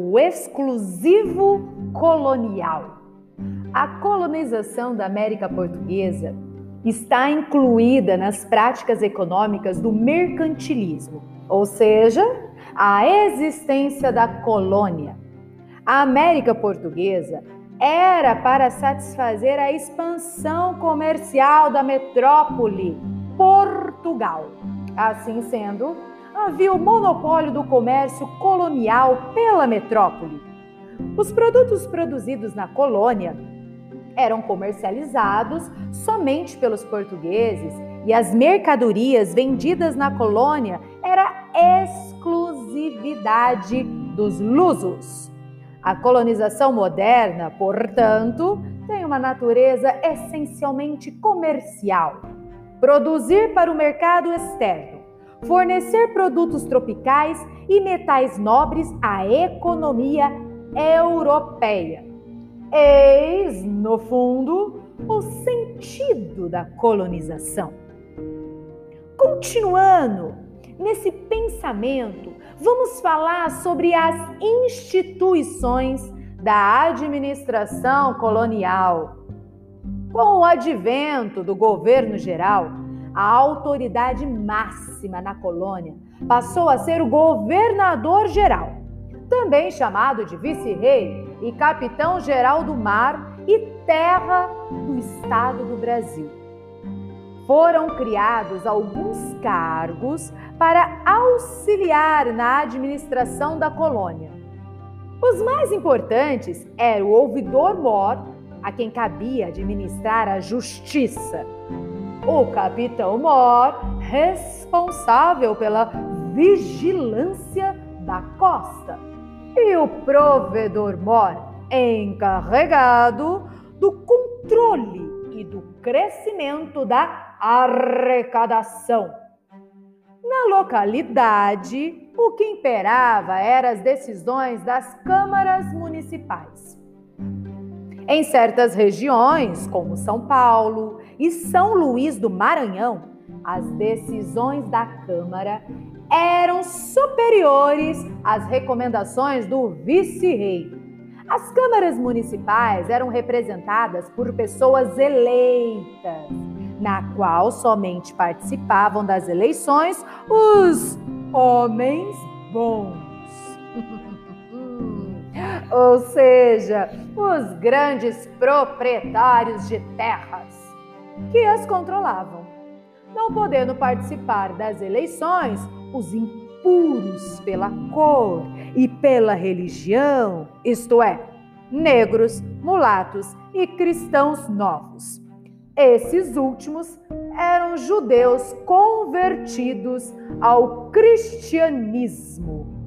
o exclusivo colonial. A colonização da América Portuguesa está incluída nas práticas econômicas do mercantilismo, ou seja, a existência da colônia. A América Portuguesa era para satisfazer a expansão comercial da metrópole Portugal. Assim sendo, havia o monopólio do comércio colonial pela metrópole. Os produtos produzidos na colônia eram comercializados somente pelos portugueses e as mercadorias vendidas na colônia era exclusividade dos lusos. A colonização moderna, portanto, tem uma natureza essencialmente comercial. Produzir para o mercado externo, fornecer produtos tropicais e metais nobres à economia europeia. Eis, no fundo, o sentido da colonização. Continuando nesse pensamento, vamos falar sobre as instituições da administração colonial. Com o advento do governo geral, a autoridade máxima na colônia passou a ser o governador-geral, também chamado de vice-rei e capitão-geral do mar e terra do Estado do Brasil. Foram criados alguns cargos para auxiliar na administração da colônia. Os mais importantes eram o ouvidor-mor, a quem cabia administrar a justiça, o capitão-mor, responsável pela vigilância da costa, e o provedor-mor, encarregado do controle e do crescimento da arrecadação. Na localidade, o que imperava eram as decisões das câmaras municipais. Em certas regiões, como São Paulo e São Luís do Maranhão, as decisões da Câmara eram superiores às recomendações do vice-rei. As câmaras municipais eram representadas por pessoas eleitas, na qual somente participavam das eleições os homens bons. Ou seja, os grandes proprietários de terras, que as controlavam. Não podendo participar das eleições, os impuros pela cor e pela religião, isto é, negros, mulatos e cristãos novos. Esses últimos eram judeus convertidos ao cristianismo.